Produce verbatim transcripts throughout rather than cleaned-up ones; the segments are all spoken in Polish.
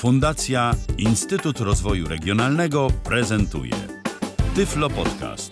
Fundacja Instytut Rozwoju Regionalnego prezentuje Tyflo Podcast.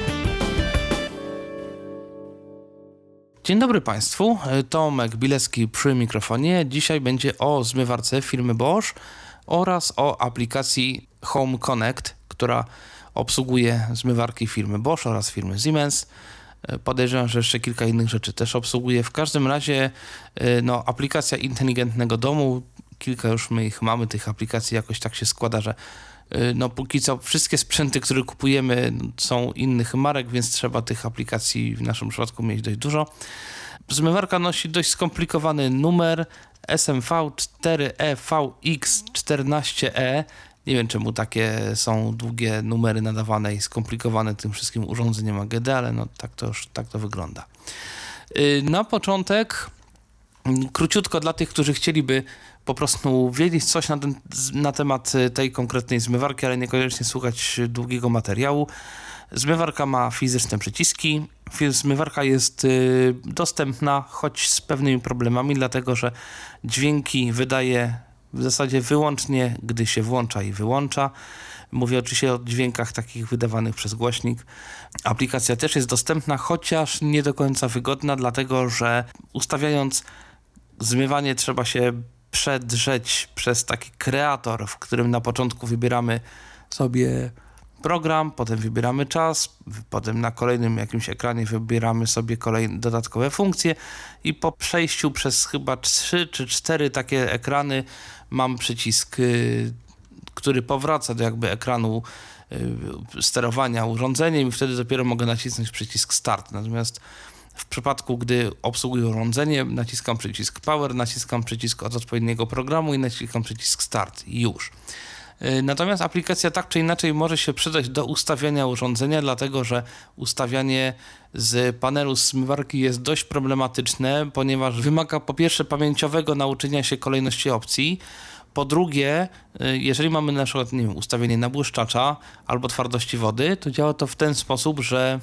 Dzień dobry Państwu, Tomek Bilecki przy mikrofonie. Dzisiaj będzie o zmywarce firmy Bosch oraz o aplikacji Home Connect, która obsługuje zmywarki firmy Bosch oraz firmy Siemens. Podejrzewam, że jeszcze kilka innych rzeczy też obsługuje. W każdym razie no, aplikacja inteligentnego domu, kilka już my ich mamy, tych aplikacji jakoś tak się składa, że no póki co wszystkie sprzęty, które kupujemy, są innych marek, więc trzeba tych aplikacji w naszym przypadku mieć dość dużo. Zmywarka nosi dość skomplikowany numer S M V cztery E V X czternaście E. Nie wiem, czemu takie są długie numery nadawane i skomplikowane tym wszystkim urządzeniem A G D, ale no tak to już tak to wygląda. Na początek króciutko dla tych, którzy chcieliby po prostu wiedzieć coś na, ten, na temat tej konkretnej zmywarki, ale niekoniecznie słuchać długiego materiału. Zmywarka ma fizyczne przyciski. Zmywarka jest y, dostępna, choć z pewnymi problemami, dlatego że dźwięki wydaje w zasadzie wyłącznie, gdy się włącza i wyłącza. Mówię oczywiście o dźwiękach takich wydawanych przez głośnik. Aplikacja też jest dostępna, chociaż nie do końca wygodna, dlatego że ustawiając zmywanie trzeba się przedrzeć przez taki kreator, w którym na początku wybieramy sobie program, potem wybieramy czas, potem na kolejnym jakimś ekranie wybieramy sobie kolejne dodatkowe funkcje i po przejściu przez chyba trzy czy cztery takie ekrany mam przycisk, który powraca do jakby ekranu sterowania urządzeniem i wtedy dopiero mogę nacisnąć przycisk Start. Natomiast w przypadku, gdy obsługuję urządzenie, naciskam przycisk Power, naciskam przycisk od odpowiedniego programu i naciskam przycisk Start i już. Natomiast aplikacja tak czy inaczej może się przydać do ustawiania urządzenia, dlatego że ustawianie z panelu zmywarki jest dość problematyczne, ponieważ wymaga po pierwsze pamięciowego nauczenia się kolejności opcji. Po drugie, jeżeli mamy na przykład nie wiem, ustawienie nabłyszczacza albo twardości wody, to działa to w ten sposób, że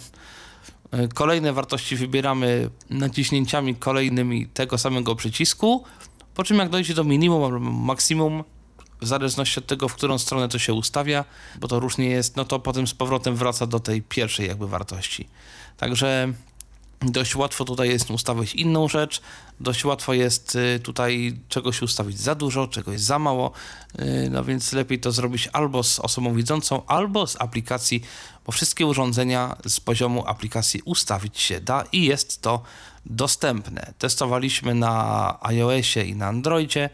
kolejne wartości wybieramy naciśnięciami kolejnymi tego samego przycisku, po czym jak dojdzie do minimum albo maksimum, w zależności od tego, w którą stronę to się ustawia, bo to różnie jest, no to potem z powrotem wraca do tej pierwszej jakby wartości. Także dość łatwo tutaj jest ustawić inną rzecz, dość łatwo jest tutaj czegoś ustawić za dużo, czegoś za mało, no więc lepiej to zrobić albo z osobą widzącą, albo z aplikacji, bo wszystkie urządzenia z poziomu aplikacji ustawić się da i jest to dostępne. Testowaliśmy na iOSie i na Androidzie,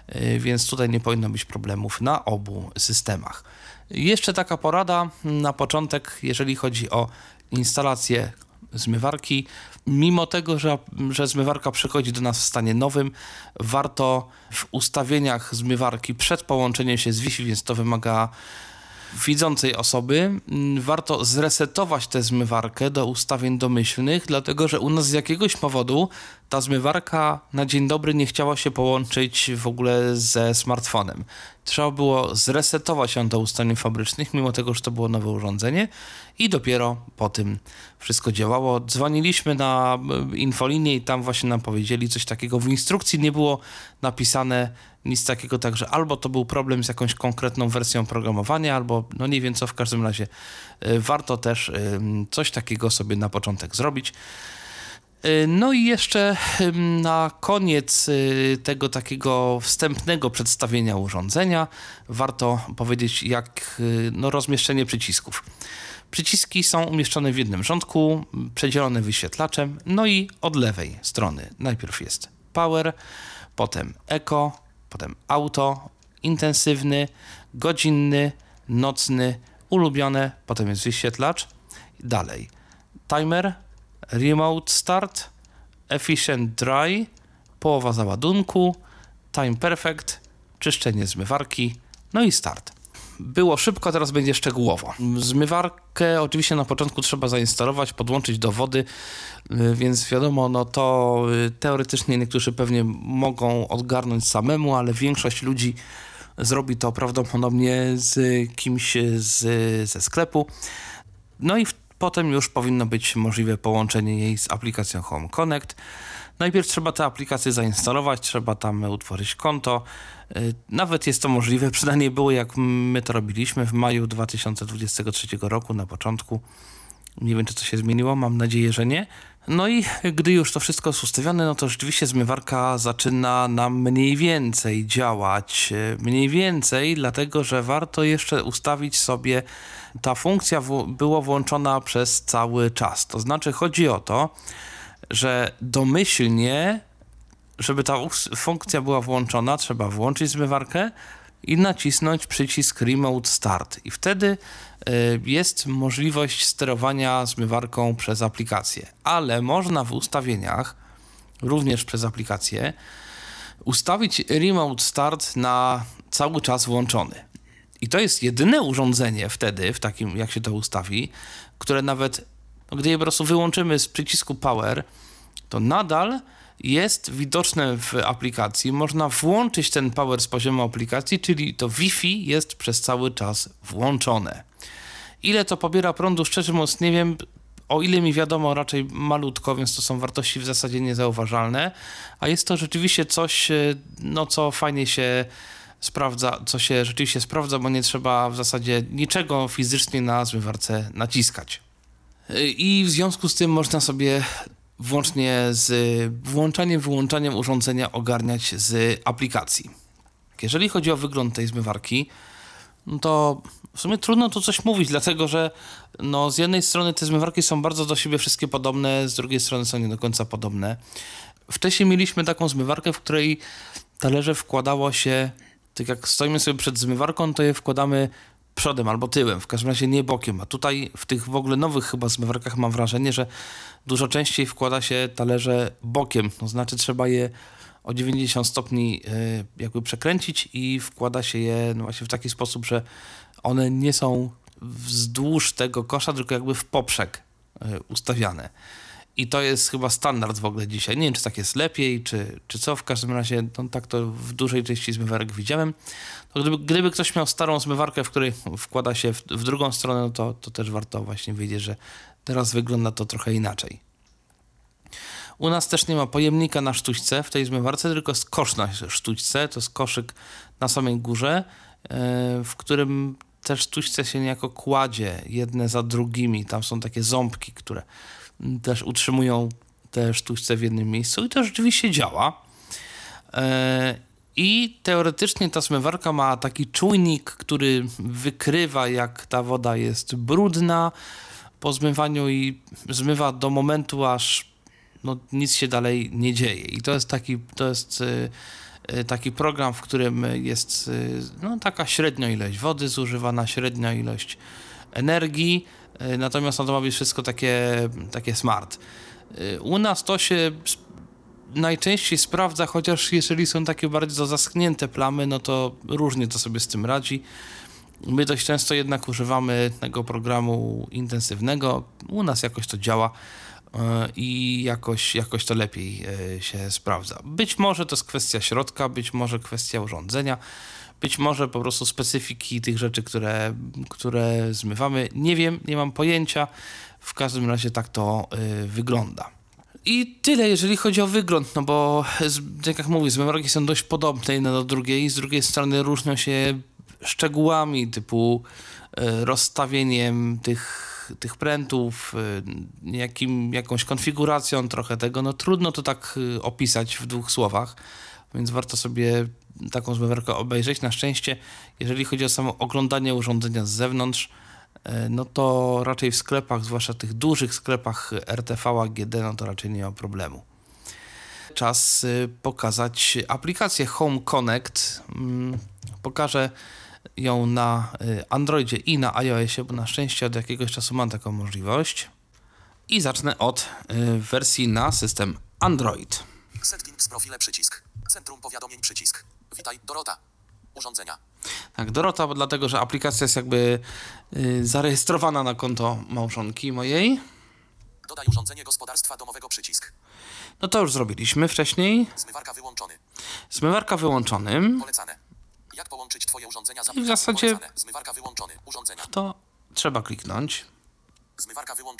więc tutaj nie powinno być problemów na obu systemach. Jeszcze taka porada na początek, jeżeli chodzi o instalację zmywarki. Mimo tego, że, że zmywarka przychodzi do nas w stanie nowym, warto w ustawieniach zmywarki przed połączeniem się z Wi-Fi, więc to wymaga widzącej osoby, warto zresetować tę zmywarkę do ustawień domyślnych, dlatego że u nas z jakiegoś powodu ta zmywarka na dzień dobry nie chciała się połączyć w ogóle ze smartfonem. Trzeba było zresetować ją do ustawień fabrycznych, mimo tego, że to było nowe urządzenie i dopiero po tym wszystko działało. Dzwoniliśmy na infolinię i tam właśnie nam powiedzieli coś takiego. W instrukcji nie było napisane nic takiego, także albo to był problem z jakąś konkretną wersją programowania, albo no nie wiem co, w każdym razie y, warto też y, coś takiego sobie na początek zrobić. No i jeszcze na koniec tego takiego wstępnego przedstawienia urządzenia warto powiedzieć, jak no, rozmieszczenie przycisków. Przyciski są umieszczone w jednym rządku, przedzielone wyświetlaczem, no i od lewej strony najpierw jest Power, potem Eco, potem Auto, Intensywny, Godzinny, Nocny, Ulubione, potem jest wyświetlacz, dalej Timer, Remote Start, Efficient Dry, połowa załadunku, Time Perfect, czyszczenie zmywarki, no i start. Było szybko, teraz będzie szczegółowo. Zmywarkę oczywiście na początku trzeba zainstalować, podłączyć do wody, więc wiadomo, no to teoretycznie niektórzy pewnie mogą odgarnąć samemu, ale większość ludzi zrobi to prawdopodobnie z kimś z, ze sklepu. No i w Potem już powinno być możliwe połączenie jej z aplikacją Home Connect. Najpierw trzeba tę aplikację zainstalować, trzeba tam utworzyć konto. Nawet jest to możliwe, przynajmniej było jak my to robiliśmy w maju dwa tysiące dwudziestego trzeciego roku na początku. Nie wiem, czy to się zmieniło, mam nadzieję, że nie. No i gdy już to wszystko jest ustawione, no to rzeczywiście zmywarka zaczyna nam mniej więcej działać. Mniej więcej, dlatego że warto jeszcze ustawić sobie, ta funkcja w- była włączona przez cały czas. To znaczy chodzi o to, że domyślnie, żeby ta us- funkcja była włączona, trzeba włączyć zmywarkę i nacisnąć przycisk Remote Start. I wtedy y, jest możliwość sterowania zmywarką przez aplikację. Ale można w ustawieniach, również przez aplikację, ustawić Remote Start na cały czas włączony. I to jest jedyne urządzenie wtedy, w takim jak się to ustawi, które nawet, no, gdy je po prostu wyłączymy z przycisku Power, to nadal jest widoczne w aplikacji. Można włączyć ten power z poziomu aplikacji, czyli to Wi-Fi jest przez cały czas włączone. Ile to pobiera prądu, szczerze mówiąc nie wiem, o ile mi wiadomo raczej malutko, więc to są wartości w zasadzie niezauważalne, a jest to rzeczywiście coś, no co fajnie się sprawdza, co się rzeczywiście sprawdza, bo nie trzeba w zasadzie niczego fizycznie na zmywarce naciskać. I w związku z tym można sobie włącznie z włączaniem, wyłączaniem urządzenia ogarniać z aplikacji. Jeżeli chodzi o wygląd tej zmywarki, no to w sumie trudno tu coś mówić, dlatego że no z jednej strony te zmywarki są bardzo do siebie wszystkie podobne, z drugiej strony są nie do końca podobne. Wcześniej mieliśmy taką zmywarkę, w której talerze wkładało się, tak jak stoimy sobie przed zmywarką, to je wkładamy przodem albo tyłem, w każdym razie nie bokiem. A tutaj w tych w ogóle nowych chyba zmywarkach mam wrażenie, że dużo częściej wkłada się talerze bokiem. To znaczy trzeba je o dziewięćdziesiąt stopni y, jakby przekręcić i wkłada się je no właśnie w taki sposób, że one nie są wzdłuż tego kosza, tylko jakby w poprzek y, ustawiane. I to jest chyba standard w ogóle dzisiaj. Nie wiem, czy tak jest lepiej, czy, czy co. W każdym razie no, tak to w dużej części zmywarek widziałem. To gdyby, gdyby ktoś miał starą zmywarkę, w której wkłada się w, w drugą stronę, no to, to też warto właśnie wiedzieć, że teraz wygląda to trochę inaczej. U nas też nie ma pojemnika na sztućce w tej zmywarce, tylko jest kosz na sztućce. To jest koszyk na samej górze, yy, w którym te sztućce się niejako kładzie jedne za drugimi. Tam są takie ząbki, które też utrzymują te sztućce w jednym miejscu i to rzeczywiście działa. Yy, I teoretycznie ta zmywarka ma taki czujnik, który wykrywa, jak ta woda jest brudna po zmywaniu i zmywa do momentu, aż no, nic się dalej nie dzieje. I to jest taki, to jest, yy, taki program, w którym jest yy, no, taka średnia ilość wody zużywana, średnia ilość energii, yy, natomiast no, to ma być wszystko takie, takie smart. Yy, u nas to się najczęściej sprawdza, chociaż jeżeli są takie bardzo zaschnięte plamy, no to różnie to sobie z tym radzi. My dość często jednak używamy tego programu intensywnego. U nas jakoś to działa yy, i jakoś, jakoś to lepiej yy, się sprawdza. Być może to jest kwestia środka, być może kwestia urządzenia, być może po prostu specyfiki tych rzeczy, które, które zmywamy. Nie wiem, nie mam pojęcia. W każdym razie tak to yy, wygląda. I tyle, jeżeli chodzi o wygląd, no bo tak jak mówię, zmywarki są dość podobne jedna do drugiej, z drugiej strony różnią się szczegółami typu y, rozstawieniem tych, tych prętów, y, jakim, jakąś konfiguracją trochę tego, no trudno to tak y, opisać w dwóch słowach, więc warto sobie taką zmywarkę obejrzeć. Na szczęście, jeżeli chodzi o samo oglądanie urządzenia z zewnątrz, no to raczej w sklepach, zwłaszcza tych dużych sklepach R T V, A G D, no to raczej nie ma problemu. Czas pokazać aplikację Home Connect. Pokażę ją na Androidzie i na iOSie, bo na szczęście od jakiegoś czasu mam taką możliwość. I zacznę od wersji na system Android. Settings, profile, przycisk. Centrum powiadomień, przycisk. Witaj, Dorota. Urządzenia. Tak, Dorota, bo dlatego, że aplikacja jest jakby y, zarejestrowana na konto małżonki mojej. Dodaj urządzenie gospodarstwa domowego, przycisk. No to już zrobiliśmy wcześniej. Zmywarka wyłączony. Zmywarka wyłączonym. Polecane. Jak połączyć twoje urządzenia z I w zasadzie Polecane. Zmywarka wyłączony. Urządzenia. to trzeba kliknąć. Zmywarka wyłączony.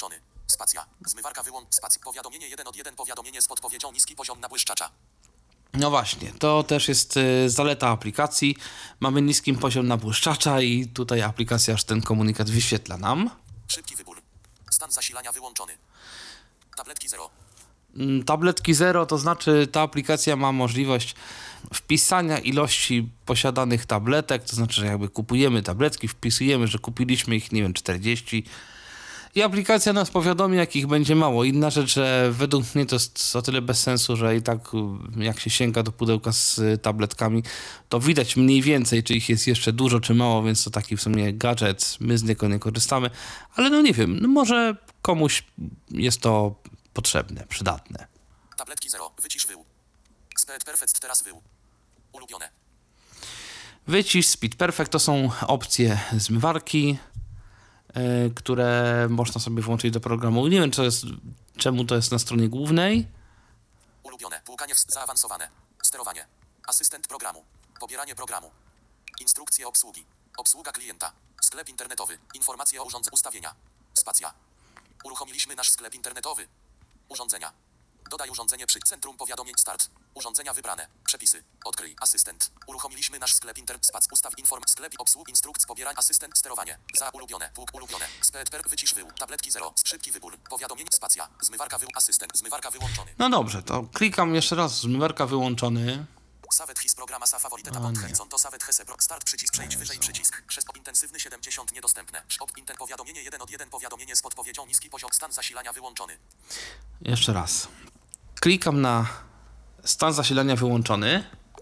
Spacja. Zmywarka wyłącz. Spacja. Powiadomienie jeden od jeden. Powiadomienie z podpowiedzią niski poziom nabłyszczacza. No właśnie, to też jest y, zaleta aplikacji. Mamy niski poziom nabłyszczacza i tutaj aplikacja aż ten komunikat wyświetla nam. Szybki wybór. Stan zasilania wyłączony. Tabletki zero. Mm, Tabletki zero, to znaczy ta aplikacja ma możliwość wpisania ilości posiadanych tabletek, to znaczy, że jakby kupujemy tabletki, wpisujemy, że kupiliśmy ich, nie wiem, czterdzieści i aplikacja nas powiadomi, jak ich będzie mało. Inna rzecz, że według mnie to jest o tyle bez sensu, że i tak jak się sięga do pudełka z tabletkami, to widać mniej więcej, czy ich jest jeszcze dużo, czy mało, więc to taki w sumie gadżet, my z niego nie korzystamy, ale no nie wiem, no może komuś jest to potrzebne, przydatne. Tabletki zero. Wycisz wył. Speed Perfect teraz wył. Ulubione. Wycisz, Speed Perfect to są opcje zmywarki, yy, które można sobie włączyć do programu. Nie wiem, co jest, czemu to jest na stronie głównej. Ulubione. Płukanie w... Zaawansowane. Sterowanie. Asystent programu. Pobieranie programu. Instrukcje obsługi. Obsługa klienta. Sklep internetowy. Informacje o urządzeniu. Ustawienia. Spacja. Uruchomiliśmy nasz sklep internetowy. Urządzenia. Dodaj urządzenie przy centrum powiadomień start. Urządzenia wybrane. Przepisy. Odkryj. Asystent. Uruchomiliśmy nasz sklep internet. Spac. Ustaw inform. Sklep obsług. Instrukcje. Pobieranie. Asystent. Sterowanie. Za ulubione. Pług ulubione. Speed per. Wycisz wył. Tabletki zero. Szybki wybór. Powiadomień. Spacja. Zmywarka wył. Asystent. Zmywarka wyłączony. No dobrze, to klikam jeszcze raz, zmywarka wyłączony. Savet his programa sa favorite tapont horizonto savet hese pro start przycisk przejdź wyżej przycisk krzesło intensywny siedemdziesiąt niedostępne shop inten powiadomienie jeden od jeden powiadomienie z podpowiedzią niski poziom stan zasilania wyłączony. Jeszcze raz. Klikam na stan zasilania wyłączony.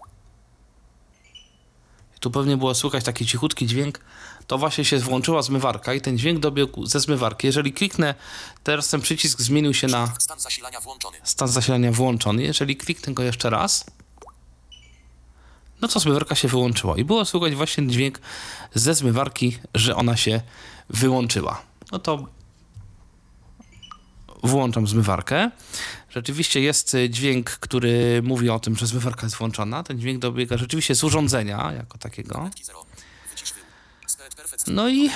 Tu pewnie było słychać taki cichutki dźwięk. To właśnie się włączyła zmywarka i ten dźwięk dobiegł ze zmywarki. Jeżeli kliknę, teraz ten przycisk zmienił się na Stan zasilania włączony. stan zasilania włączony. Jeżeli kliknę go jeszcze raz, no to zmywarka się wyłączyła. I było słychać właśnie dźwięk ze zmywarki, że ona się wyłączyła. No to włączam zmywarkę. Rzeczywiście jest dźwięk, który mówi o tym, że zmywarka jest włączona. Ten dźwięk dobiega rzeczywiście z urządzenia jako takiego. No i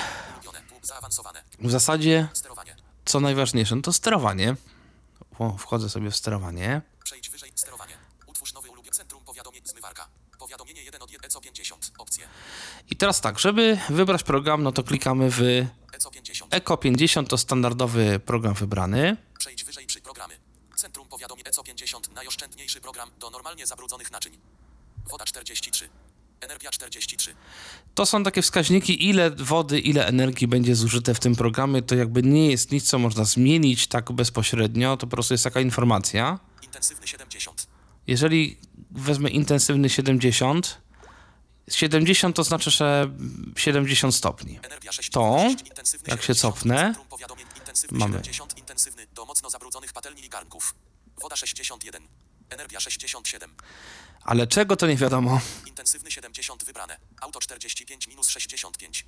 w zasadzie co najważniejsze, no to sterowanie. O, wchodzę sobie w sterowanie. Przejdź wyżej sterowanie. Utwórz nowy ulubiony centrum powiadomień zmywarka. Powiadomienie jeden od jeden E C O pięćdziesiąt. Opcje. I teraz tak, żeby wybrać program, no to klikamy w E C O pięćdziesiąt. E C O pięćdziesiąt, to standardowy program wybrany. Przejdź wyżej przy programy. Centrum powiadomień E C O pięćdziesiąt. Najoszczędniejszy program do normalnie zabrudzonych naczyń. Woda czterdzieści trzy. Energia czterdzieści trzy. To są takie wskaźniki, ile wody, ile energii będzie zużyte w tym programie. To jakby nie jest nic, co można zmienić tak bezpośrednio. To po prostu jest taka informacja. Intensywny siedemdziesiąt. Jeżeli wezmę intensywny siedemdziesiąt, siedemdziesiąt to znaczy, że siedemdziesiąt stopni. Energia sześć. To, Intensywny jak się siedemdziesiąt. cofnę, Centrum powiadomień intensywny mamy. siedemdziesiąt. Intensywny do mocno zabrudzonych patelni i garnków. Woda sześćdziesiąt jeden. Energia sześćdziesiąt siedem. Ale czego to nie wiadomo. Intensywny siedemdziesiąt wybrane. Auto czterdzieści pięć minus sześćdziesiąt pięć.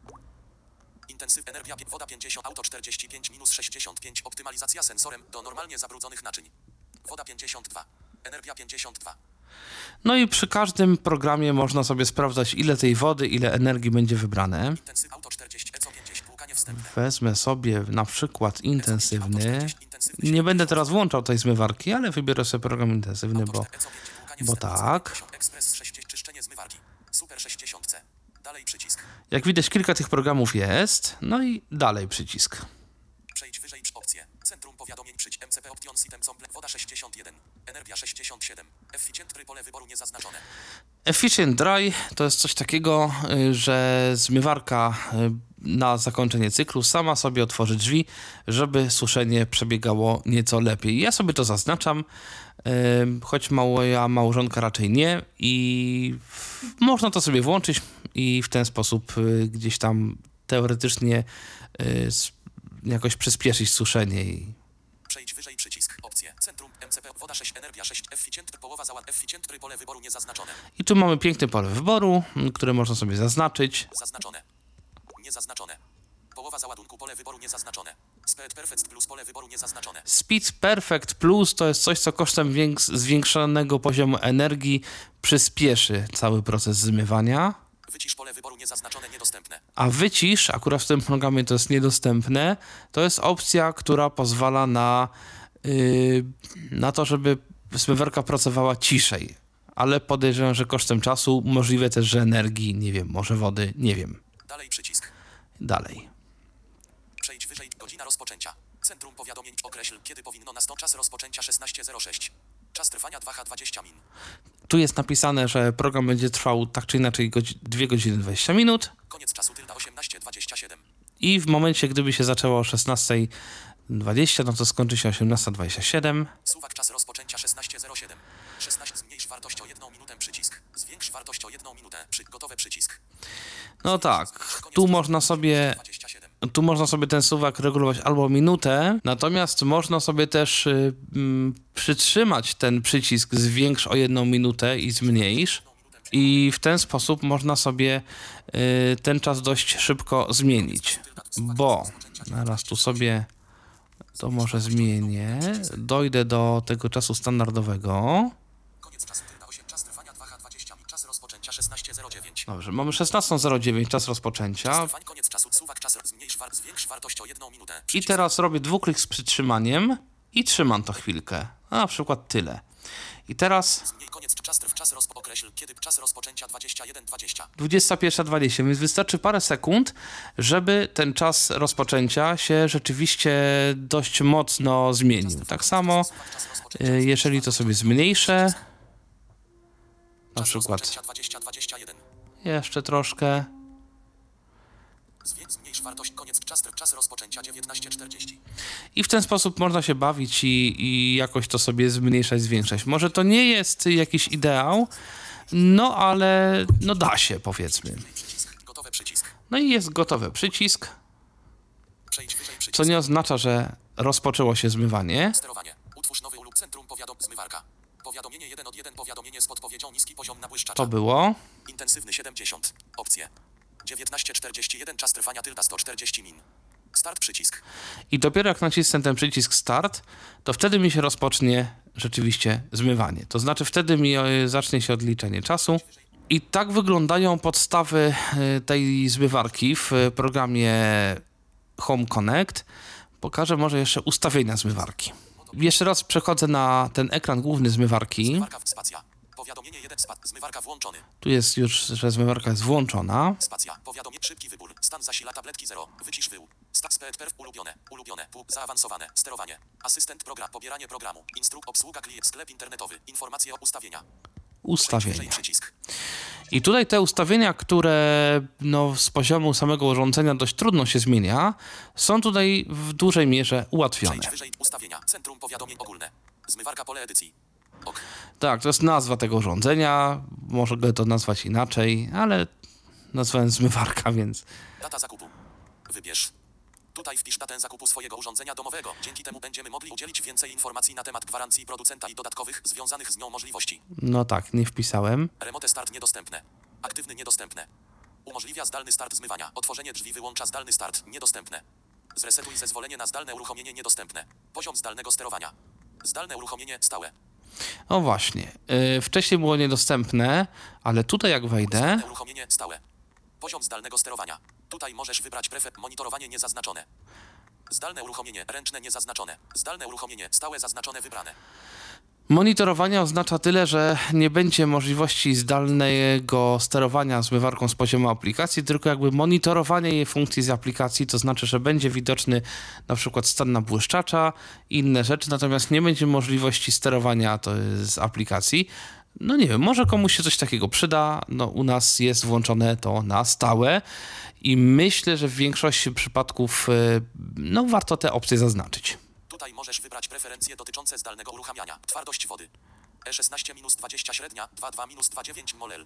Intensyw energia pi- woda pięćdziesiąt. Auto czterdzieści pięć minus sześćdziesiąt pięć. Optymalizacja sensorem do normalnie zabrudzonych naczyń. Woda pięćdziesiąt dwa. Energia pięćdziesiąt dwa. No i przy każdym programie można sobie sprawdzać, ile tej wody, ile energii będzie wybrane. Intensyw auto czterdzieści. E C O pięćdziesiąt. Płukanie wstępne. Wezmę sobie na przykład intensywny. Nie będę teraz włączał tej zmywarki, ale wybiorę sobie program intensywny, bo, bo tak. Ekspres sześćdziesiąt. Czyszczenie zmywarki. Super sześćdziesiąt C. Dalej przycisk. Jak widać, kilka tych programów jest. No i dalej przycisk. Przejdź wyżej przy opcję. Centrum powiadomień przyć M C P Option System Somple. Woda sześćdziesiąt jeden. Energia sześćdziesiąt siedem. Efficient tryb pole wyboru niezaznaczone. Efficient Dry to jest coś takiego, y, że zmywarka y, na zakończenie cyklu sama sobie otworzy drzwi, żeby suszenie przebiegało nieco lepiej. Ja sobie to zaznaczam, y, choć moja małżonka raczej nie i w, można to sobie włączyć i w ten sposób y, gdzieś tam teoretycznie y, s- jakoś przyspieszyć suszenie i Przejdź wyżej przycisk. Opcje. Centrum M C P. Woda sześć. Energia sześć. Efficient. Połowa załat. Efficient. Tryb pole wyboru niezaznaczone. I tu mamy piękne pole wyboru, m, które można sobie zaznaczyć. Zaznaczone. Niezaznaczone. Połowa załadunku. Pole wyboru niezaznaczone. Speed Perfect plus pole wyboru niezaznaczone. Speed Perfect Plus to jest coś, co kosztem więks- zwiększonego poziomu energii przyspieszy cały proces zmywania. Wycisz pole wyboru niezaznaczone, niedostępne. A wycisz, akurat w tym programie to jest niedostępne, to jest opcja, która pozwala na, yy, na to, żeby zmywarka pracowała ciszej. Ale podejrzewam, że kosztem czasu, możliwe też, że energii, nie wiem, może wody, nie wiem. Dalej przycisk. Dalej. Przejdź wyżej, godzina rozpoczęcia. Centrum powiadomień określ, kiedy powinno nastąpić. Czas rozpoczęcia szesnaście zero sześć. Czas trwania dwa godziny dwadzieścia min. Tu jest napisane, że program będzie trwał tak czy inaczej godzi- dwie godziny dwadzieścia minut. Koniec czasu tylda osiemnaście dwadzieścia siedem. I w momencie, gdyby się zaczęło o szesnasta dwadzieścia, no to skończy się osiemnasta dwadzieścia siedem. Suwak czas rozpoczęcia szesnaście zero siedem. szesnaście zmniejsz wartość o jedną minutę przycisk. Zwiększ wartość o jedną minutę. Przy, gotowe przycisk. No tak, tu można sobie dwadzieścia siedem. tu można sobie ten suwak regulować albo minutę, natomiast można sobie też y, mm, przytrzymać ten przycisk zwiększ o jedną minutę i zmniejsz i w ten sposób można sobie y, ten czas dość szybko zmienić, bo zaraz tu sobie to może zmienię, dojdę do tego czasu standardowego. Koniec czasu tylda osiem. Czas trwania dwa godziny dwadzieścia min. Czas rozpoczęcia szesnaście zero dziewięć. Dobrze, mamy szesnasta zero dziewięć, czas rozpoczęcia. Trwań, koniec czasu. Suwak czas. Zmniejsz war, zwiększ wartość o jedną minutę. I Przycisk. teraz robię dwuklik z przytrzymaniem i trzymam to chwilkę. A na przykład tyle. I teraz Zmniej koniec czas trw czas rozpo określ kiedy czas rozpoczęcia dwadzieścia jeden dwadzieścia. dwudziesta pierwsza dwadzieścia, więc wystarczy parę sekund, żeby ten czas rozpoczęcia się rzeczywiście dość mocno zmienił. Tak samo, y, jeżeli to sobie zmniejszę, na przykład dwadzieścia dwadzieścia jeden. jeszcze troszkę, Zwiększ zmniejsz wartość koniec czas trw czas rozpoczęcia dziewiętnaście czterdzieści. i w ten sposób można się bawić i, i jakoś to sobie zmniejszać, zwiększać. Może to nie jest jakiś ideał, no ale no da się, powiedzmy. Przycisk. Gotowe przycisk. No i jest gotowy przycisk, Przejdź wyżej przycisk. co nie oznacza, że rozpoczęło się zmywanie. Sterowanie. Utwórz nowy lub centrum powiadom zmywarka. Powiadomienie jeden od jeden. Powiadomienie z podpowiedzią niski poziom nabłyszczacza. To było. Intensywny siedemdziesiąt. Opcje. dziewiętnaście czterdzieści jeden. Czas trwania tylda sto czterdzieści min. Start przycisk. I dopiero jak nacisnę ten przycisk start, to wtedy mi się rozpocznie rzeczywiście zmywanie. To znaczy wtedy mi e, zacznie się odliczenie czasu. I tak wyglądają podstawy e, tej zmywarki w e, programie Home Connect. Pokażę może jeszcze ustawienia zmywarki. Jeszcze raz przechodzę na ten ekran główny zmywarki. Zmywarka w spacja. Powiadomienie jeden. Spa, zmywarka włączony. Tu jest już, że zmywarka jest włączona. Spacja. Powiadomienie. Szybki wybór. Stan zasila tabletki zero. Wycisz wył. Stat sped perf. Ulubione. Ulubione. Pół. Zaawansowane. Sterowanie. Asystent program. Pobieranie programu. Instruk. Obsługa klient. Sklep internetowy. Informacje o ustawienia. Ustawienia. Przycisk. I tutaj te ustawienia, które no, z poziomu samego urządzenia dość trudno się zmienia, są tutaj w dużej mierze ułatwione. Przejdź wyżej. Ustawienia. Centrum powiadomień ogólne. Zmywarka pole edycji. Ok. Tak, to jest nazwa tego urządzenia, mogę to nazwać inaczej, ale nazwałem zmywarka, więc Data zakupu. Wybierz. Tutaj wpisz datę zakupu swojego urządzenia domowego. Dzięki temu będziemy mogli udzielić więcej informacji na temat gwarancji producenta i dodatkowych związanych z nią możliwości. no tak, nie wpisałem. Remote start niedostępne. Aktywny niedostępne. Umożliwia zdalny start zmywania. Otworzenie drzwi wyłącza zdalny start niedostępne. Zresetuj zezwolenie na zdalne uruchomienie niedostępne. Poziom zdalnego sterowania. Zdalne uruchomienie stałe. O właśnie, yy, wcześniej było niedostępne, ale tutaj jak wejdę, Zdalne uruchomienie stałe. Poziom zdalnego sterowania. Tutaj możesz wybrać prefer monitorowanie niezaznaczone. Zdalne uruchomienie ręczne niezaznaczone. Zdalne uruchomienie stałe zaznaczone wybrane. monitorowanie oznacza tyle, że nie będzie możliwości zdalnego sterowania zmywarką z poziomu aplikacji, tylko jakby monitorowanie jej funkcji z aplikacji, to znaczy, że będzie widoczny na przykład stan nabłyszczacza i inne rzeczy, natomiast nie będzie możliwości sterowania to z aplikacji. No nie wiem, może komuś się coś takiego przyda, no u nas jest włączone to na stałe i myślę, że w większości przypadków y, no warto te opcje zaznaczyć. Tutaj możesz wybrać preferencje dotyczące zdalnego uruchamiania. Twardość wody. E szesnaście dwadzieścia średnia, dwa przecinek dwa dwa dziewięć molel.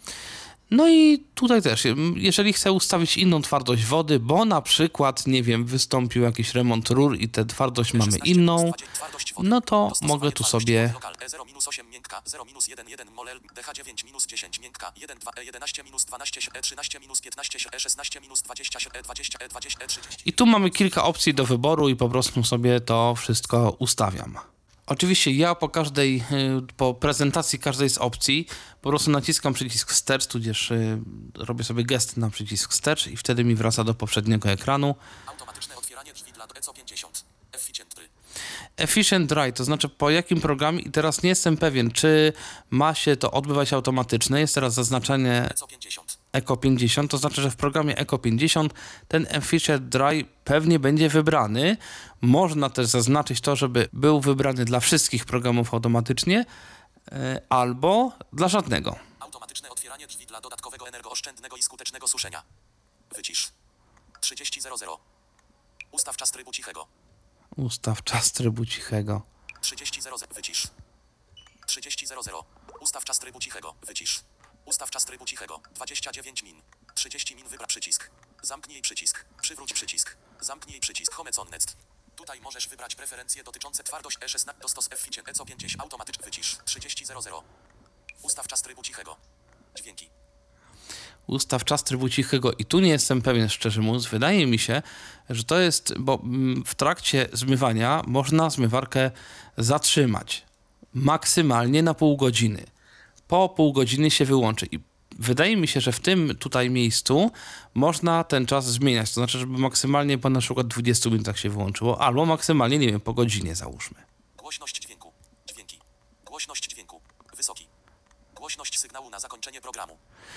No i tutaj też, jeżeli chcę ustawić inną twardość wody, bo na przykład, nie wiem, wystąpił jakiś remont rur i tę twardość mamy inną, no to mogę tu sobie E zero osiem miękka, zero jeden jeden molel, D H dziewięć dziesięć miękka, jeden dwa E jedenaście dwanaście E trzynaście piętnaście E szesnaście dwadzieścia E dwadzieścia E dwadzieścia E trzydzieści. i tu mamy kilka opcji do wyboru i po prostu sobie to wszystko ustawiam. Oczywiście ja po każdej, y, po prezentacji każdej z opcji po prostu naciskam przycisk wstecz, tudzież y, robię sobie gest na przycisk wstecz i wtedy mi wraca do poprzedniego ekranu. Automatyczne otwieranie drzwi dla E C O pięćdziesiąt. Efficient Dry. Efficient Dry, to znaczy po jakim programie, i teraz nie jestem pewien, czy ma się to odbywać automatycznie. Jest teraz zaznaczenie E C O pięćdziesiąt. E C O pięćdziesiąt, to znaczy, że w programie E C O pięćdziesiąt ten Efficient Dry pewnie będzie wybrany. Można też zaznaczyć to, żeby był wybrany dla wszystkich programów automatycznie, yy, albo dla żadnego. Automatyczne otwieranie drzwi dla dodatkowego energooszczędnego i skutecznego suszenia. Wycisz. trzydzieści zero zero. Ustaw czas trybu cichego. Ustaw czas trybu cichego. trzydzieści zero zero. Wycisz. trzydzieści zero zero. Ustaw czas trybu cichego. Wycisz. Ustaw czas trybu cichego. dwadzieścia dziewięć min. trzydzieści min. Wybra przycisk. Zamknij przycisk. Przywróć przycisk. Zamknij przycisk. Home on next. Tutaj możesz wybrać preferencje dotyczące twardość E szesnaście. Dostos Efficient E C O pięćdziesiąt. Automatyczny wycisz. trzydzieści zero zero. Ustaw czas trybu cichego. Dźwięki. Ustaw czas trybu cichego i tu nie jestem pewien, szczerze mówiąc. Wydaje mi się, że to jest, bo w trakcie zmywania można zmywarkę zatrzymać maksymalnie na pół godziny. Po pół godziny się wyłączy i wydaje mi się, że w tym tutaj miejscu można ten czas zmieniać. To znaczy, żeby maksymalnie po na przykład dwudziestu minutach się wyłączyło, albo maksymalnie, nie wiem, po godzinie załóżmy. Głośność dźwięku. Dźwięki. Głośność dźwięku. Wysoki. Głośność sygnału na zakończenie programu.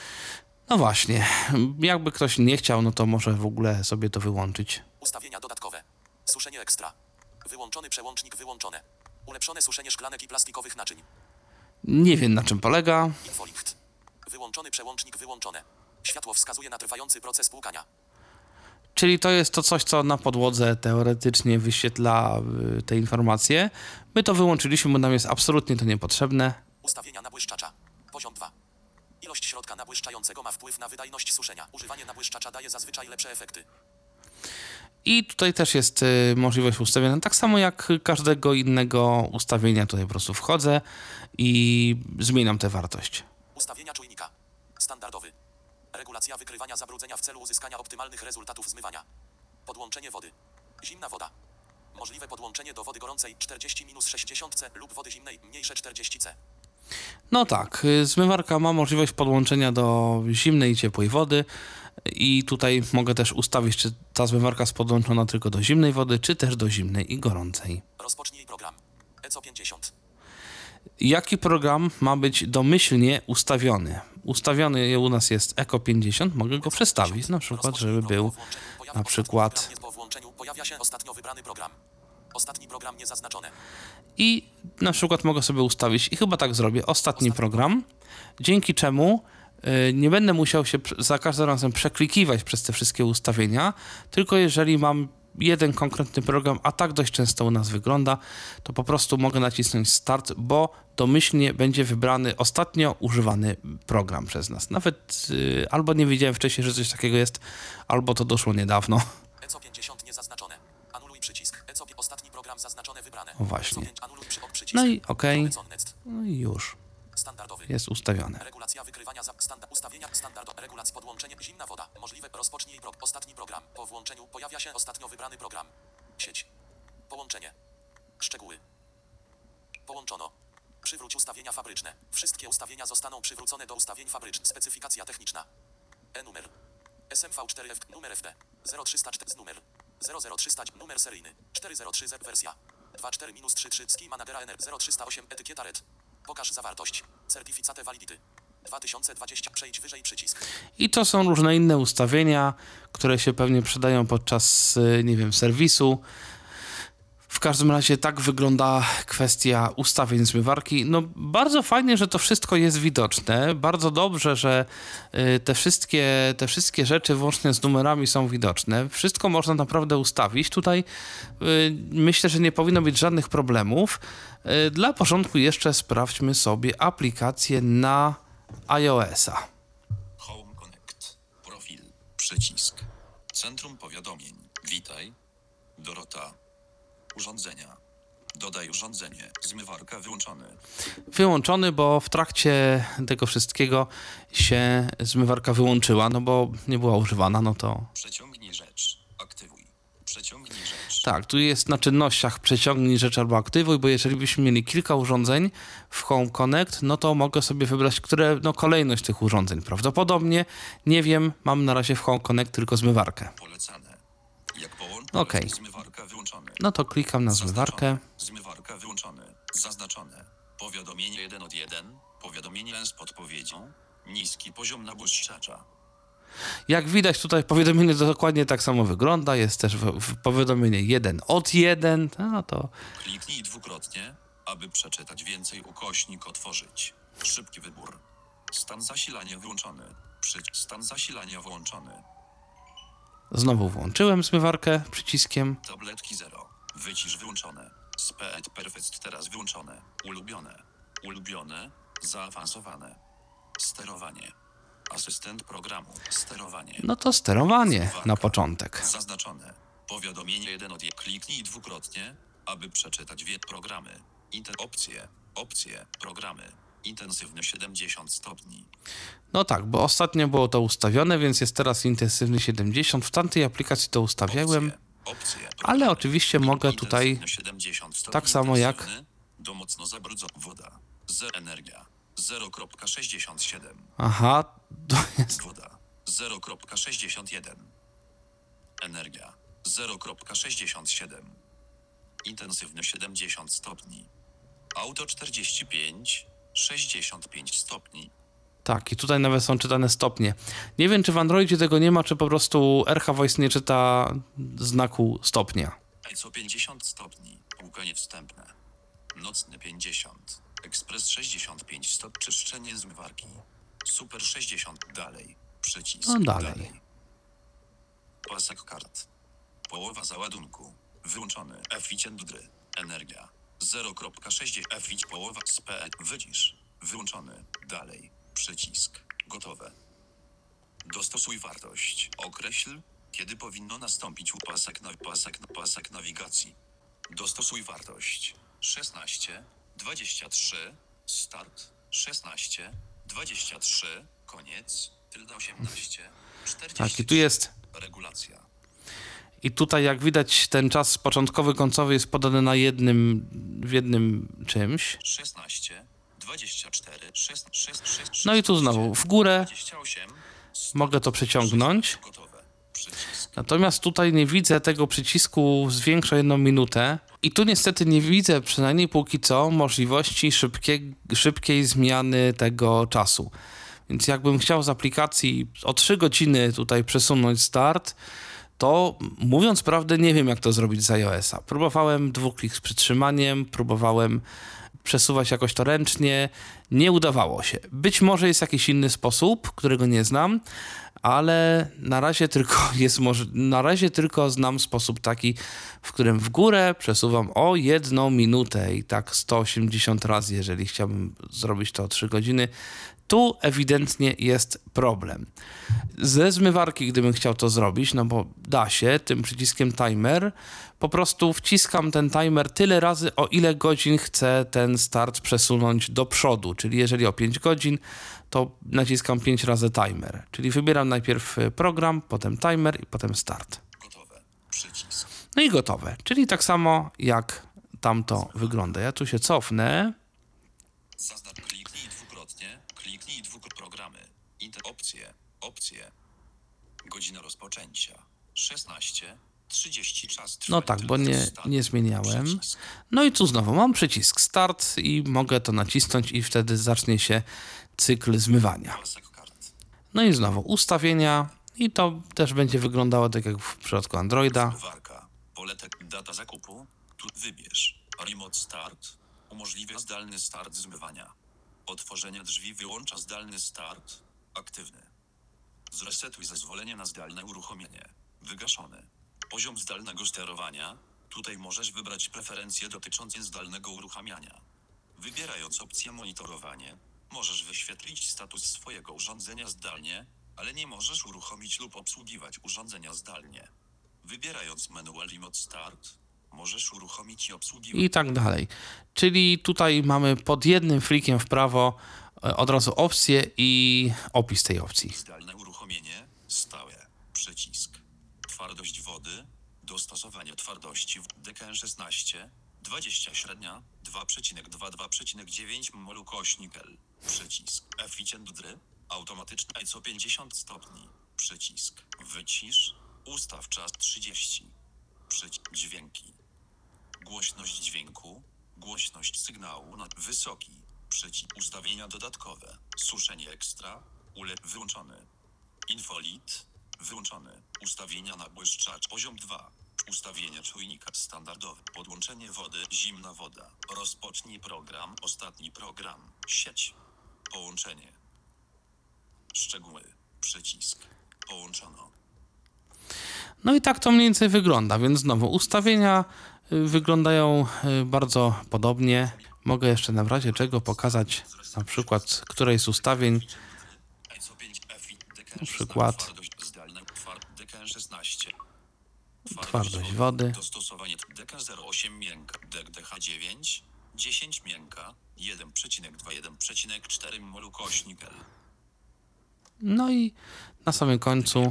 No właśnie, jakby ktoś nie chciał, no to może w ogóle sobie to wyłączyć. Ustawienia dodatkowe. Suszenie ekstra. Wyłączony przełącznik wyłączone. Ulepszone suszenie szklanek i plastikowych naczyń. Nie wiem, na czym polega. Infolicht. Wyłączony przełącznik wyłączone. Światło wskazuje na trwający proces płukania. Czyli to jest to coś, co na podłodze teoretycznie wyświetla y, te informacje. My to wyłączyliśmy, bo nam jest absolutnie to niepotrzebne. Ustawienia nabłyszczacza. Poziom dwa. Ilość środka nabłyszczającego ma wpływ na wydajność suszenia. Używanie nabłyszczacza daje zazwyczaj lepsze efekty. I tutaj też jest y, możliwość ustawienia, tak samo jak każdego innego ustawienia. Tutaj po prostu wchodzę i zmieniam tę wartość. Ustawienia czujnika. Standardowy. Regulacja wykrywania zabrudzenia w celu uzyskania optymalnych rezultatów zmywania. Podłączenie wody. Zimna woda. Możliwe podłączenie do wody gorącej czterdzieści minus sześćdziesiąt C lub wody zimnej mniejsze czterdzieści C. No tak, y, zmywarka ma możliwość podłączenia do zimnej i ciepłej wody i tutaj mogę też ustawić, czy ta zmywarka jest podłączona tylko do zimnej wody, czy też do zimnej i gorącej. Rozpocznij program. E C O pięćdziesiąt. Jaki program ma być domyślnie ustawiony? Ustawiony u nas jest E C O pięćdziesiąt, mogę go przestawić, na przykład, żeby był na przykład Po włączeniu pojawia się ostatnio wybrany program. Ostatni program niezaznaczone. i na przykład mogę sobie ustawić i chyba tak zrobię, ostatni program, dzięki czemu y, nie będę musiał się pr- za każdym razem przeklikiwać przez te wszystkie ustawienia, tylko jeżeli mam jeden konkretny program, a tak dość często u nas wygląda, to po prostu mogę nacisnąć start, bo domyślnie będzie wybrany ostatnio używany program przez nas. Nawet y, albo nie wiedziałem wcześniej, że coś takiego jest, albo to doszło niedawno. E C O pięćdziesiąt niezaznaczone. Anuluj przycisk. E C O ostatni program zaznaczone wybrane. O właśnie. E C O pięć anuluj przy, ok, przycisk. No i okej, Home on next. no i już Standardowy. jest ustawione. Regulacja wykrywania za standa, ustawienia standardowe. Regulacja podłączenie zimna woda. Możliwe rozpocznij pro, ostatni program. Po włączeniu pojawia się ostatnio wybrany program. Sieć. Połączenie. Szczegóły. Połączono. Przywróć ustawienia fabryczne. Wszystkie ustawienia zostaną przywrócone do ustawień fabrycznych. Specyfikacja techniczna. E-numer. S M V cztery F numer F D zero trzysta cztery z numer zero zero trzysta numer seryjny cztery zero trzy Z wersja dwa cztery trzy trzy Ski Managera N R zero trzysta osiem etykieta R E D. Pokaż zawartość. Certificate validity. dwa tysiące dwadzieścia. Przejdź wyżej przycisk. I to są różne inne ustawienia, które się pewnie przydają podczas, y, nie wiem, serwisu. W każdym razie tak wygląda kwestia ustawień zmywarki. No bardzo fajnie, że to wszystko jest widoczne. Bardzo dobrze, że y, te wszystkie, te wszystkie rzeczy włącznie z numerami są widoczne. Wszystko można naprawdę ustawić. Tutaj y, myślę, że nie powinno być żadnych problemów. Y, dla porządku jeszcze sprawdźmy sobie aplikację na iOS-a. Home Connect. Profil. Przycisk. Centrum powiadomień. Witaj. Dorota. Urządzenia. Dodaj urządzenie. Zmywarka wyłączony. Wyłączony, bo w trakcie tego wszystkiego się zmywarka wyłączyła, no bo nie była używana, no to... Przeciągnij rzecz. Aktywuj. Przeciągnij rzecz. Tak, tu jest na czynnościach przeciągnij rzecz albo aktywuj, bo jeżeli byśmy mieli kilka urządzeń w Home Connect, no to mogę sobie wybrać, które, no kolejność tych urządzeń. Prawdopodobnie, nie wiem, mam na razie w Home Connect tylko zmywarkę. Polecane. Jak połączyć Okej. zmywarka wyłączony. No to klikam na zmywarkę. Zaznaczone. Zmywarka wyłączony. Zaznaczone. Powiadomienie jeden od jeden. Powiadomienie z podpowiedzią. Niski poziom nabłyszczacza. Jak widać tutaj powiadomienie dokładnie tak samo wygląda. Jest też w, w powiadomienie jeden od jeden. No to Kliknij dwukrotnie, aby przeczytać więcej ukośnik otworzyć. Szybki wybór. Stan zasilania wyłączony. Przycisk stan zasilania włączony. znowu włączyłem zmywarkę przyciskiem. Tabletki zero. Wycisz wyłączone. Speed Perfect teraz wyłączone. Ulubione. Ulubione. Zaawansowane. Sterowanie. Asystent programu. Sterowanie. No to sterowanie na początek. Zaznaczone. Powiadomienie jeden od jeden. Kliknij dwukrotnie, aby przeczytać wie programy. Inter opcje. Opcje. Programy. Intensywny siedemdziesiąt stopni. No tak, bo ostatnio było to ustawione, więc jest teraz intensywny siedemdziesiąt. W tamtej aplikacji to ustawiałem, Opcje. Opcje. ale oczywiście mogę tutaj Intensywny siedemdziesiąt stopni. tak samo jak- Intensywny do mocno zabrudzona woda. Z energia. zero przecinek sześćdziesiąt siedem. Aha, to jest... Woda. zero przecinek sześćdziesiąt jeden. Energia. zero przecinek sześćdziesiąt siedem. Intensywny siedemdziesiąt stopni. Auto czterdzieści pięć. sześćdziesiąt pięć stopni. Tak, i tutaj nawet są czytane stopnie. Nie wiem, czy w Androidzie tego nie ma, czy po prostu R H Voice nie czyta znaku stopnia. I C O pięćdziesiąt stopni. Płukanie wstępne. Nocny pięćdziesiąt. Ekspres sześćdziesiąt pięć stopni. Czyszczenie zmywarki. Super sześćdziesiąt. Dalej. Przycisk. No dalej. Pasek kart. Połowa załadunku. Wyłączony. Efficient. Energia. zero przecinek sześćdziesiąt. Efficient. Połowa. Speed. Wycisz. Wyłączony. Dalej. Przycisk. Gotowe. Dostosuj wartość. Określ, kiedy powinno nastąpić u pasek, na, pasek, pasek nawigacji. Dostosuj wartość. szesnaście, dwadzieścia trzy, start, szesnaście, dwadzieścia trzy, koniec, tylda osiemnaście, czterdzieści. Tak, i tu jest... Regulacja. I tutaj, jak widać, ten czas początkowy, końcowy jest podany na jednym, w jednym czymś. szesnaście, dwadzieścia cztery, sześć, sześć, sześć, No i tu znowu w górę dwadzieścia osiem, mogę to przeciągnąć. gotowe. Przycisk. Natomiast tutaj nie widzę tego przycisku zwiększa jedną minutę. I tu niestety nie widzę, przynajmniej póki co, możliwości szybkiej, szybkiej zmiany tego czasu. Więc jakbym chciał z aplikacji o trzy godziny tutaj przesunąć start, to mówiąc prawdę nie wiem, jak to zrobić z iOS-a. Próbowałem dwuklik z przytrzymaniem, próbowałem przesuwać jakoś to ręcznie, nie udawało się. Być może jest jakiś inny sposób, którego nie znam, ale na razie tylko jest może, na razie tylko znam sposób taki, w którym w górę przesuwam o jedną minutę i tak sto osiemdziesiąt razy, jeżeli chciałbym zrobić to o trzy godziny. Tu ewidentnie jest problem. Ze zmywarki, gdybym chciał to zrobić, no bo da się, tym przyciskiem timer, po prostu wciskam ten timer tyle razy, o ile godzin chcę ten start przesunąć do przodu. Czyli jeżeli o pięć godzin, to naciskam pięć razy timer. Czyli wybieram najpierw program, potem timer i potem start. Gotowe. Przycisk. No i gotowe. Czyli tak samo jak tamto wygląda. Ja tu się cofnę. Zaznacz kliknij dwukrotnie, kliknij dwukrotnie programy. Inter opcje, opcje. Godzina rozpoczęcia. szesnaście, trzydzieści czas trwania. No tak, bo nie, Start. nie zmieniałem. Przycisk. No i tu znowu mam przycisk start i mogę to nacisnąć i wtedy zacznie się cykl zmywania. Pasek kart. No i znowu ustawienia i to też będzie wyglądało tak jak w przypadku Androida. Zmywarka. Poletek data zakupu. Tu wybierz. Remote start. Umożliwia zdalny start zmywania. Otworzenie drzwi wyłącza zdalny start. Aktywny. Zresetuj zezwolenie na zdalne uruchomienie. Wygaszony. Poziom zdalnego sterowania. Tutaj możesz wybrać preferencje dotyczące zdalnego uruchamiania. Wybierając opcję monitorowanie, możesz wyświetlić status swojego urządzenia zdalnie, ale nie możesz uruchomić lub obsługiwać urządzenia zdalnie. Wybierając manual Remote Start, możesz uruchomić i obsługiwać. I tak dalej. Czyli tutaj mamy pod jednym flikiem w prawo e, od razu opcję i opis tej opcji. Zdalne uruchomienie, stałe, przycisk. Twardość wody, Dostosowanie twardości w D K szesnaście, dwadzieścia średnia, dwa przecinek dwa dwa przecinek dziewięć mol ukośnik L. Przycisk. Efficient dry. Automatyczna I C O pięćdziesiąt stopni. Przycisk. Wycisz. Ustaw czas trzydzieści. Przycisk. Dźwięki. Głośność dźwięku. Głośność sygnału na wysoki. Przycisk. Ustawienia dodatkowe. Suszenie ekstra. Ule wyłączony. Infolit. Wyłączony. Ustawienia na błyszczacz. Poziom dwa. Ustawienie czujnika standardowe. Podłączenie wody. Zimna woda. Rozpocznij program. Ostatni program. Sieć. Połączenie. Szczegóły. Przycisk. Połączono. No i tak to mniej więcej wygląda, więc znowu ustawienia y, wyglądają y, bardzo podobnie. Mogę jeszcze na razie czego pokazać na przykład którejś z ustawień. Na przykład twardość wody. Dostosowanie D K zero osiem miękka, D H dziewięć, dziesięć miękka, jeden przecinek dwa, jeden przecinek cztery mol ukośnik L. No i na samym końcu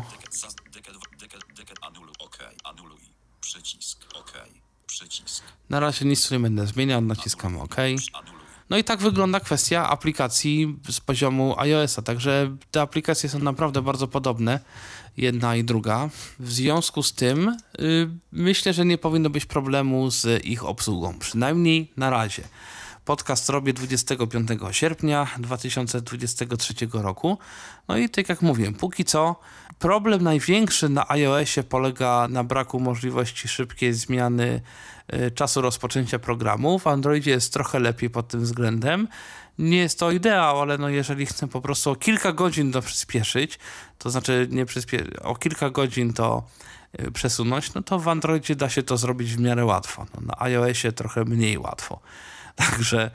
Anuluj, OK, anuluj, przycisk, OK, przycisk. na razie nic tu nie będę zmieniał, naciskam OK. No i tak wygląda kwestia aplikacji z poziomu iOS-a, także te aplikacje są naprawdę bardzo podobne, jedna i druga. W związku z tym yy, myślę, że nie powinno być problemu z ich obsługą, przynajmniej na razie. Podcast robię dwudziestego piątego sierpnia dwa tysiące dwudziestego trzeciego roku. No i tak jak mówiłem, póki co problem największy na iOSie polega na braku możliwości szybkiej zmiany y, czasu rozpoczęcia programu. W Androidzie jest trochę lepiej pod tym względem. Nie jest to ideał, ale no jeżeli chcę po prostu o kilka godzin to przyspieszyć, to znaczy nie przyspie- o kilka godzin to y, przesunąć, no to w Androidzie da się to zrobić w miarę łatwo. No, na iOSie trochę mniej łatwo. Także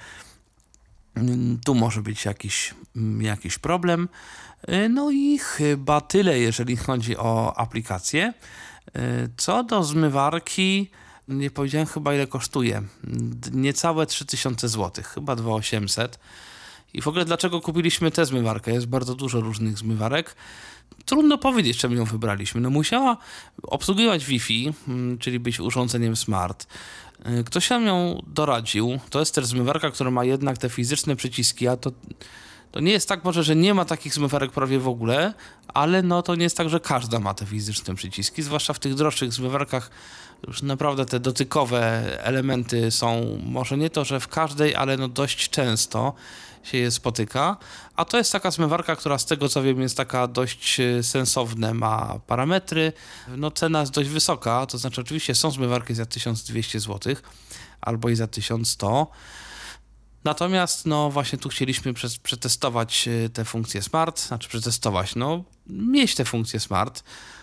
tu może być jakiś, jakiś problem. No i chyba tyle, jeżeli chodzi o aplikację. Co do zmywarki, nie powiedziałem chyba ile kosztuje. Niecałe trzy tysiące złotych, chyba dwa tysiące osiemset. I w ogóle dlaczego kupiliśmy tę zmywarkę? Jest bardzo dużo różnych zmywarek. Trudno powiedzieć, czemu ją wybraliśmy. No musiała obsługiwać Wi-Fi, czyli być urządzeniem smart. Ktoś nam ją doradził. To jest też zmywarka, która ma jednak te fizyczne przyciski, a to, to nie jest tak może, że nie ma takich zmywarek prawie w ogóle, ale no to nie jest tak, że każda ma te fizyczne przyciski, zwłaszcza w tych droższych zmywarkach już naprawdę te dotykowe elementy są, może nie to, że w każdej, ale no dość często się je spotyka, a to jest taka zmywarka, która z tego co wiem jest taka dość sensowne, ma parametry, no cena jest dość wysoka, to znaczy oczywiście są zmywarki za tysiąc dwieście złotych albo i za tysiąc sto, natomiast no właśnie tu chcieliśmy przez, przetestować te funkcje smart, znaczy przetestować, no mieć te funkcje smart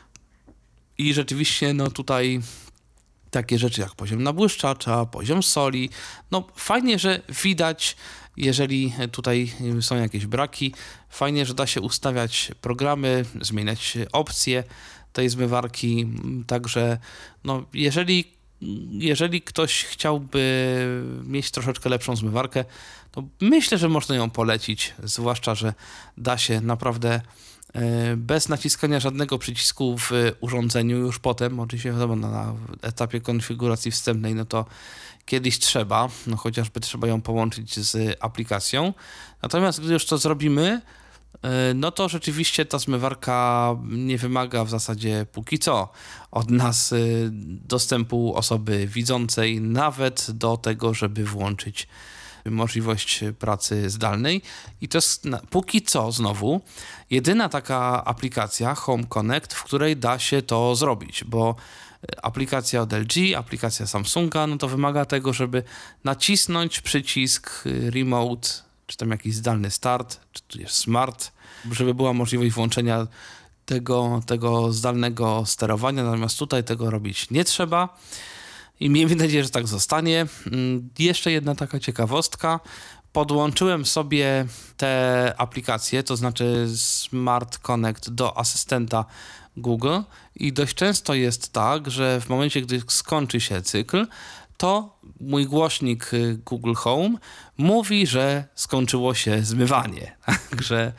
i rzeczywiście no tutaj takie rzeczy jak poziom nabłyszczacza, poziom soli, no fajnie, że widać, jeżeli tutaj są jakieś braki, fajnie, że da się ustawiać programy, zmieniać opcje tej zmywarki, także no jeżeli, jeżeli ktoś chciałby mieć troszeczkę lepszą zmywarkę, to myślę, że można ją polecić, zwłaszcza, że da się naprawdę bez naciskania żadnego przycisku w urządzeniu już potem, oczywiście wiadomo, na etapie konfiguracji wstępnej, no to kiedyś trzeba, no chociażby trzeba ją połączyć z aplikacją. Natomiast gdy już to zrobimy, no to rzeczywiście ta zmywarka nie wymaga w zasadzie póki co od nas dostępu osoby widzącej, nawet do tego, żeby włączyć możliwość pracy zdalnej. I to jest póki co znowu jedyna taka aplikacja Home Connect, w której da się to zrobić, bo aplikacja od L G, aplikacja Samsunga, no to wymaga tego, żeby nacisnąć przycisk remote, czy tam jakiś zdalny start, czy tu jest smart, żeby była możliwość włączenia tego, tego zdalnego sterowania, natomiast tutaj tego robić nie trzeba. I miejmy nadzieję, że tak zostanie. Jeszcze jedna taka ciekawostka. Podłączyłem sobie te aplikacje, to znaczy Smart Connect do asystenta Google i dość często jest tak, że w momencie, gdy skończy się cykl, to mój głośnik Google Home mówi, że skończyło się zmywanie. Także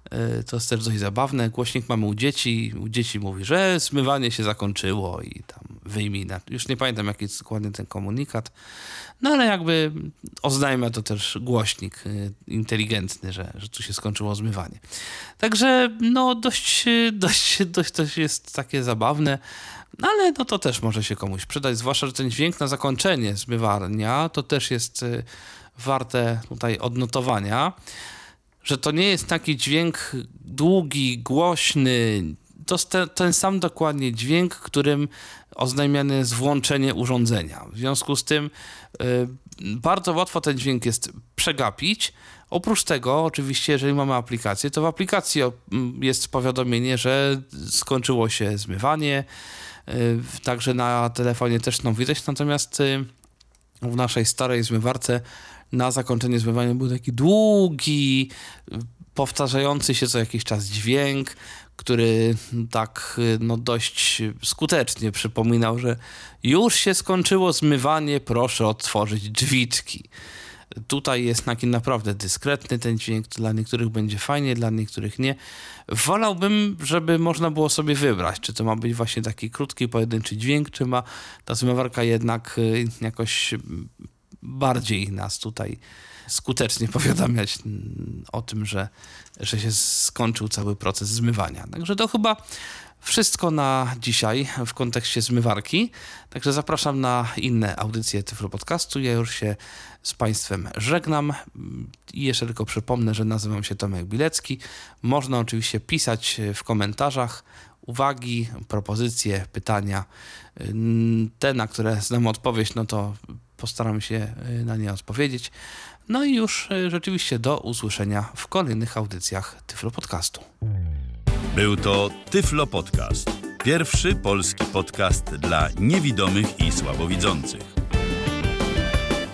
To jest też dość zabawne. Głośnik mamy u dzieci. U dzieci mówi, że zmywanie się zakończyło i tam wyjmij. Na... Już nie pamiętam, jaki jest dokładnie ten komunikat. No ale jakby oznajmia to też głośnik inteligentny, że, że tu się skończyło zmywanie. Także no dość, dość, dość, dość jest takie zabawne. No ale no to też może się komuś przydać, zwłaszcza, że ten dźwięk na zakończenie zmywania to też jest warte tutaj odnotowania, że to nie jest taki dźwięk długi, głośny, to jest te, ten sam dokładnie dźwięk, którym oznajmiane jest włączenie urządzenia. W związku z tym y, bardzo łatwo ten dźwięk jest przegapić. Oprócz tego, oczywiście, jeżeli mamy aplikację, to w aplikacji jest powiadomienie, że skończyło się zmywanie. Y, także na telefonie też no widać, natomiast y, w naszej starej zmywarce na zakończenie zmywania był taki długi, powtarzający się co jakiś czas dźwięk, który tak no dość skutecznie przypominał, że już się skończyło zmywanie, proszę otworzyć drzwiczki. Tutaj jest taki naprawdę dyskretny ten dźwięk, dla niektórych będzie fajnie, dla niektórych nie. Wolałbym, żeby można było sobie wybrać, czy to ma być właśnie taki krótki, pojedynczy dźwięk, czy ma ta zmywarka jednak jakoś bardziej nas tutaj skutecznie powiadamiać o tym, że, że się skończył cały proces zmywania. Także to chyba wszystko na dzisiaj w kontekście zmywarki. Także zapraszam na inne audycje Tyflo Podcastu. Ja już się z Państwem żegnam i jeszcze tylko przypomnę, że nazywam się Tomek Bilecki. Można oczywiście pisać w komentarzach uwagi, propozycje, pytania. Te, na które znam odpowiedź, no to postaram się na nie odpowiedzieć. No i już rzeczywiście do usłyszenia w kolejnych audycjach Tyflo Podcastu. Był to Tyflo Podcast. Pierwszy polski podcast dla niewidomych i słabowidzących.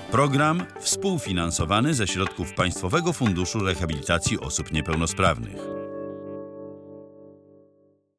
Program współfinansowany ze środków Państwowego Funduszu Rehabilitacji Osób Niepełnosprawnych.